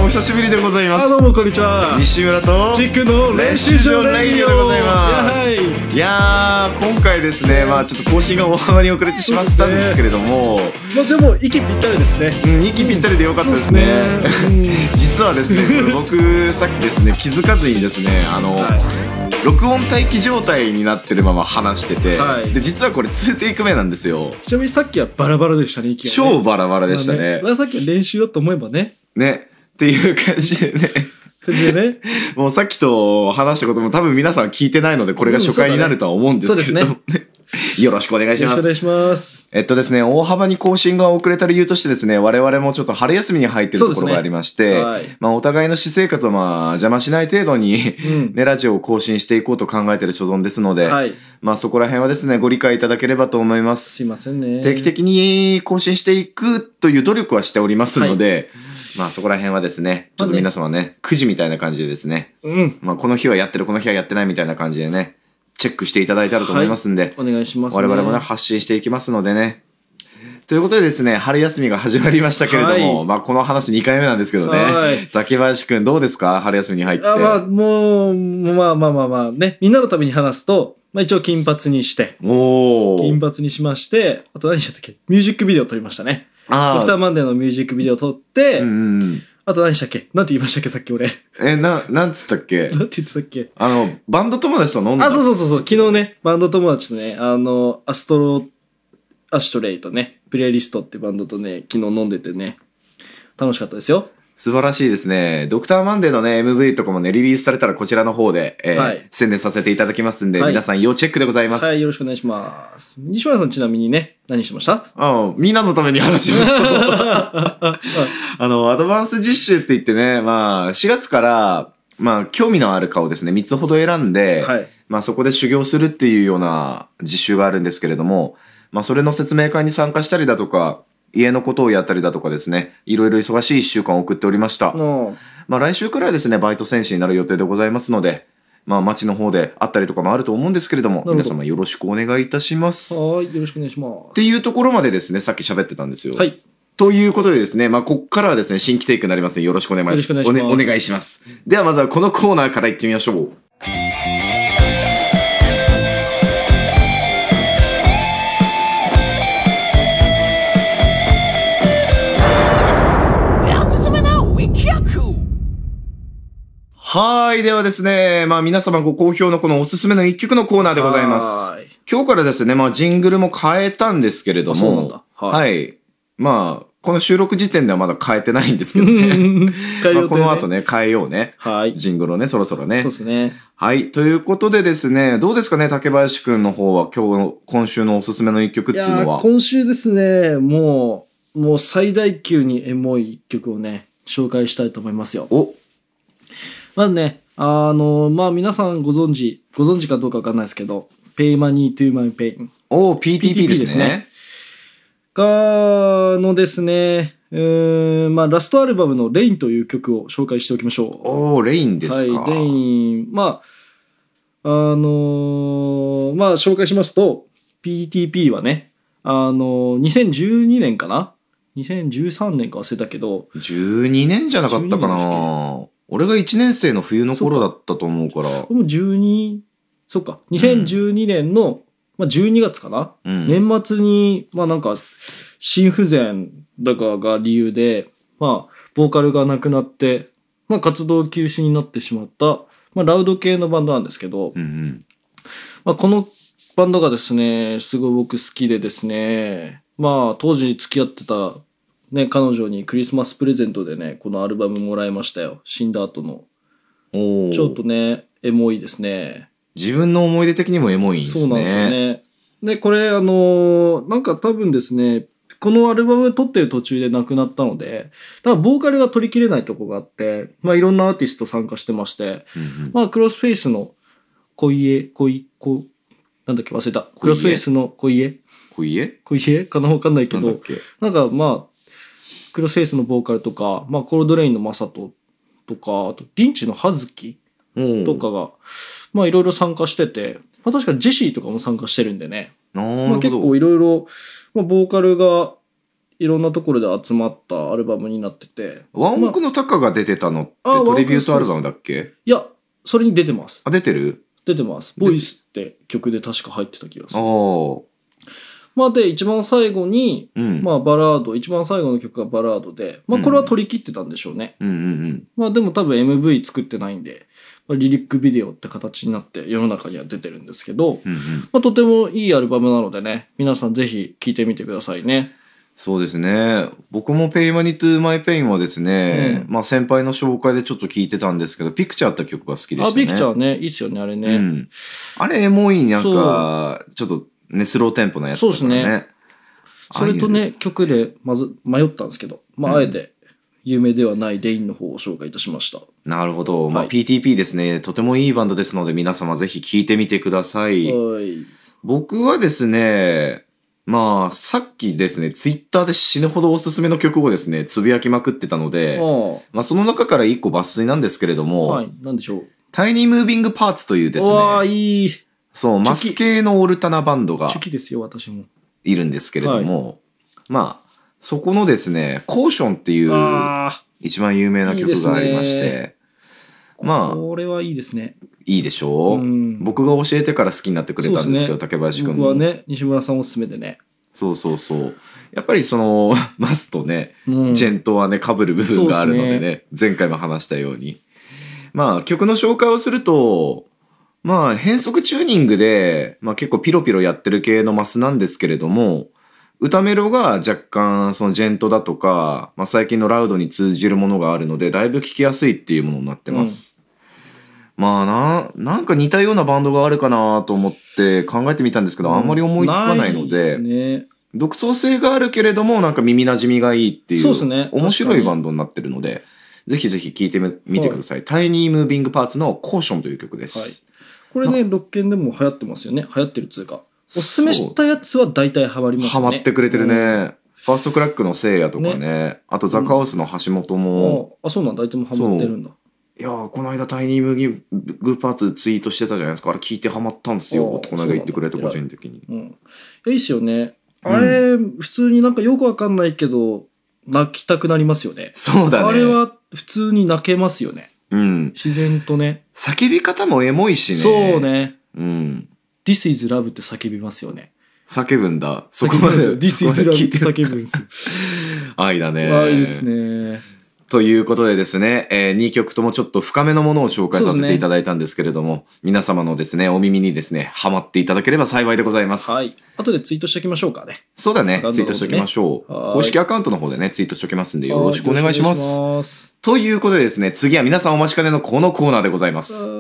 久しぶりでございます。 どうもこんにちは。 西村とチックの練習場レイディオでございます。 いやー、今回ですね、ちょっと更新が大幅に遅れてしまってたんですけれども、 でも息ぴったりですね。 息ぴったりでよかったですね。実はですね、これ僕さっきですね、気づかずにですね、録音待機状態になってるまま話してて、で実はこれ2テイク目なんですよ。 ちなみにさっきはバラバラでしたね、息がね。 超バラバラでしたね。 さっきは練習だと思えばね。 ね。っていう感じでね。もうさっきと話したことも多分皆さん聞いてないので、これが初回になるとは思うんですけれどもね。よろしくお願いします。 よろしくお願いします。 ですね、大幅に更新が遅れた理由としてですね、我々もちょっと春休みに入ってるところがありまして、お互いの私生活を邪魔しない程度に、ね、ラジオを更新していこうと考えている所存ですので、そこら辺はですね、ご理解いただければと思います。 すいませんね。 定期的に更新していくという努力はしておりますので、そこら辺はですね、ちょっと皆様ね、くじみたいな感じでですね、この日はやってる、この日はやってないみたいな感じでね、チェックしていただいたらと思いますんで、 お願いしますね。 我々もね、発信していきますのでね。ということでですね、春休みが始まりましたけれども、この話2回目なんですけどね、竹林くんどうですか、春休みに入って。 もう、ね、みんなのために話すと、一応金髪にして、金髪にしまして、あと何しちゃったっけ、ミュージックビデオ撮りましたね。ドクターマンデーのミュージックビデオ撮って、あと何したっけ、なんて言いましたっけ、さっき俺。 なんつったっけ。 なんて言ってたっけ。 バンド友達と飲んだ。 そう。昨日ね、バンド友達とね、アシュトレイとね、プレイリストってバンドとね、昨日飲んでてね、楽しかったですよ。 素晴らしいですね。ドクターマンデーのね、MV とかもね、リリースされたらこちらの方で、宣伝させていただきますんで、皆さん要チェックでございます。 よろしくお願いします。西村さんちなみにね、何してました？ みんなのために話しますと。アドバンス実習って言ってね、4月から、興味のある顔ですね、3つほど選んで、そこで修行するっていうような実習があるんですけれども、それの説明会に参加したりだとか、家のことをやったりだとかですね、いろいろ忙しい1週間を送っておりました。来週くらいですね、バイト選手になる予定でございますので、町の方で会ったりとかもあると思うんですけれども、皆様よろしくお願いいたします。 よろしくお願いします。 っていうところまでですね、さっき喋ってたんですよ。 はい。 ということでですね、こっからはですね、新規テイクになりますので、よろしくお願いします。お願いします。ではまずはこのコーナーからいってみましょう。ではですね、皆様ご好評のこのおすすめの一曲のコーナーでございます。今日からですね、ジングルも変えたんですけれども、この収録時点ではまだ変えてないんですけどね。この後ね、変えようね。ジングルをね、そろそろね。 そうですね。 ということでですね、どうですかね、竹林くんの方は今週のおすすめの一曲っていうのは。 今週ですね、もう最大級にエモい一曲をね、紹介したいと思いますよ。まずね、皆さんご存知かどうかわかんないですけど、Pay Money to My Pain。 PTP ですね。 のですね、ラストアルバムのレインという曲を紹介しておきましょう。 レインですか。 レイン。紹介しますと、PTP はね、2012年かな ?2013 年か忘れたけど。 12年じゃなかったかな。俺が1年生の冬の頃だったと思うから。 2012年の、12月かな、年末に、心不全だかが理由で、ボーカルが亡くなって、活動休止になってしまった、ラウド系のバンドなんですけど、このバンドがですね、すごい僕好きでですね、当時付き合ってた、彼女にクリスマスプレゼントでね、このアルバムもらいましたよ。死んだ後の。ちょっとね、エモいですね。 自分の思い出的にもエモいんですね。 そうなんですよね。で、これ多分ですね、このアルバム撮ってる途中で亡くなったので、ボーカルが取り切れないとこがあって、いろんなアーティスト参加してまして、クロスフェイスのなんだっけ忘れた。クロスフェイスの小家かなわかんないけど、クロスフェイスのボーカルとか、コールドレインのマサトとか、あとリンチのハズキとかが、いろいろ参加してて、確かジェシーとかも参加してるんでね。結構いろいろ、ボーカルがいろんなところで集まったアルバムになってて。 ワンオクのタカが出てたのってトリビュートアルバムだっけ？ いや、それに出てます。 あ、出てる？ 出てます。ボイスって曲で確か入ってた気がする。 おー。 まあで、一番最後に、まあバラード、一番最後の曲がバラードで、まあこれは取り切ってたんでしょうね。まあでも多分 MV 作ってないんで、まあ、リリックビデオって形になって世の中には出てるんですけど、まあとてもいいアルバムなのでね、皆さんぜひ聴いてみてくださいね。 そうですね。僕も Pay Money to My Pain はですね、まあ先輩の紹介でちょっと聞いてたんですけど、ピクチャーって曲が好きでしたね。 ピクチャーね、いいっすよね、あれね。 あれ、エモい、なんか、ちょっとね、スローテンポなやつだからね。そうですね。 それとね、曲でまず迷ったんですけど、まああえて有名ではないレインの方を紹介いたしました。 なるほど。まあ PTP ですね。とてもいいバンドですので、皆様ぜひ聴いてみてください。僕はですね、まあ、さっきですね、ツイッターで死ぬほどおすすめの曲をですね、つぶやきまくってたので、まあ、その中から一個抜粋なんですけれども、 はい、なんでしょう。 タイニームービングパーツというですね、 いい。 そう、マス系のオルタナバンドが、 チュキですよ、私も。 いるんですけれども、まあ、そこのですね、コーションっていう、一番有名な曲がありまして、 まあ、これはいいですね。 いいでしょう、僕が教えてから好きになってくれたんですけど、竹林くんも。 僕はね、西村さんおすすめでね。 そうそうそう。やっぱりその、マスとね、ジェントはね、被る部分があるのでね、前回も話したように。まあ、曲の紹介をすると、まあ、変則チューニングで、まあ結構ピロピロやってる系のマスなんですけれども、歌メロが若干そのジェントだとか、まあ最近のラウドに通じるものがあるので、だいぶ聴きやすいっていうものになってます。まあなんか似たようなバンドがあるかなと思って考えてみたんですけど、あんまり思いつかないので、独創性があるけれども、なんか耳馴染みがいいっていう、面白いバンドになってるので、ぜひぜひ聴いてみてください。タイニームービングパーツのコーションという曲です。 これね、ロッケンでも流行ってますよね。流行ってるっつうか。おすすめしたやつは大体ハマりますね。 ハマってくれてるね。ファーストクラックのせいやとかね。あとザ・カオスの橋本も。 そうなんだ。あいつもハマってるんだ。 いやー、この間タイニームービングパーツツイートしてたじゃないですか。あれ聞いてハマったんですよ。ってこの間言ってくれて個人的に。 いいっすよね。あれ、普通になんかよくわかんないけど、泣きたくなりますよね。 そうだね。 あれは普通に泣けますよね。自然とね。 叫び方もエモいしね。 そうね。This is love って叫びますよね。 叫ぶんだ。 そこまで。This is love って叫ぶんですよ。 愛だね。 愛ですね。 ということでですね、2曲ともちょっと深めのものを紹介させていただいたんですけれども、皆様のですね、お耳にですね、ハマっていただければ幸いでございます。 はい。後でツイートしておきましょうかね。 そうだね。ツイートしておきましょう。公式アカウントの方でね、ツイートしておきますんで、よろしくお願いします。ということでですね、次は皆さんお待ちかねのこのコーナーでございます。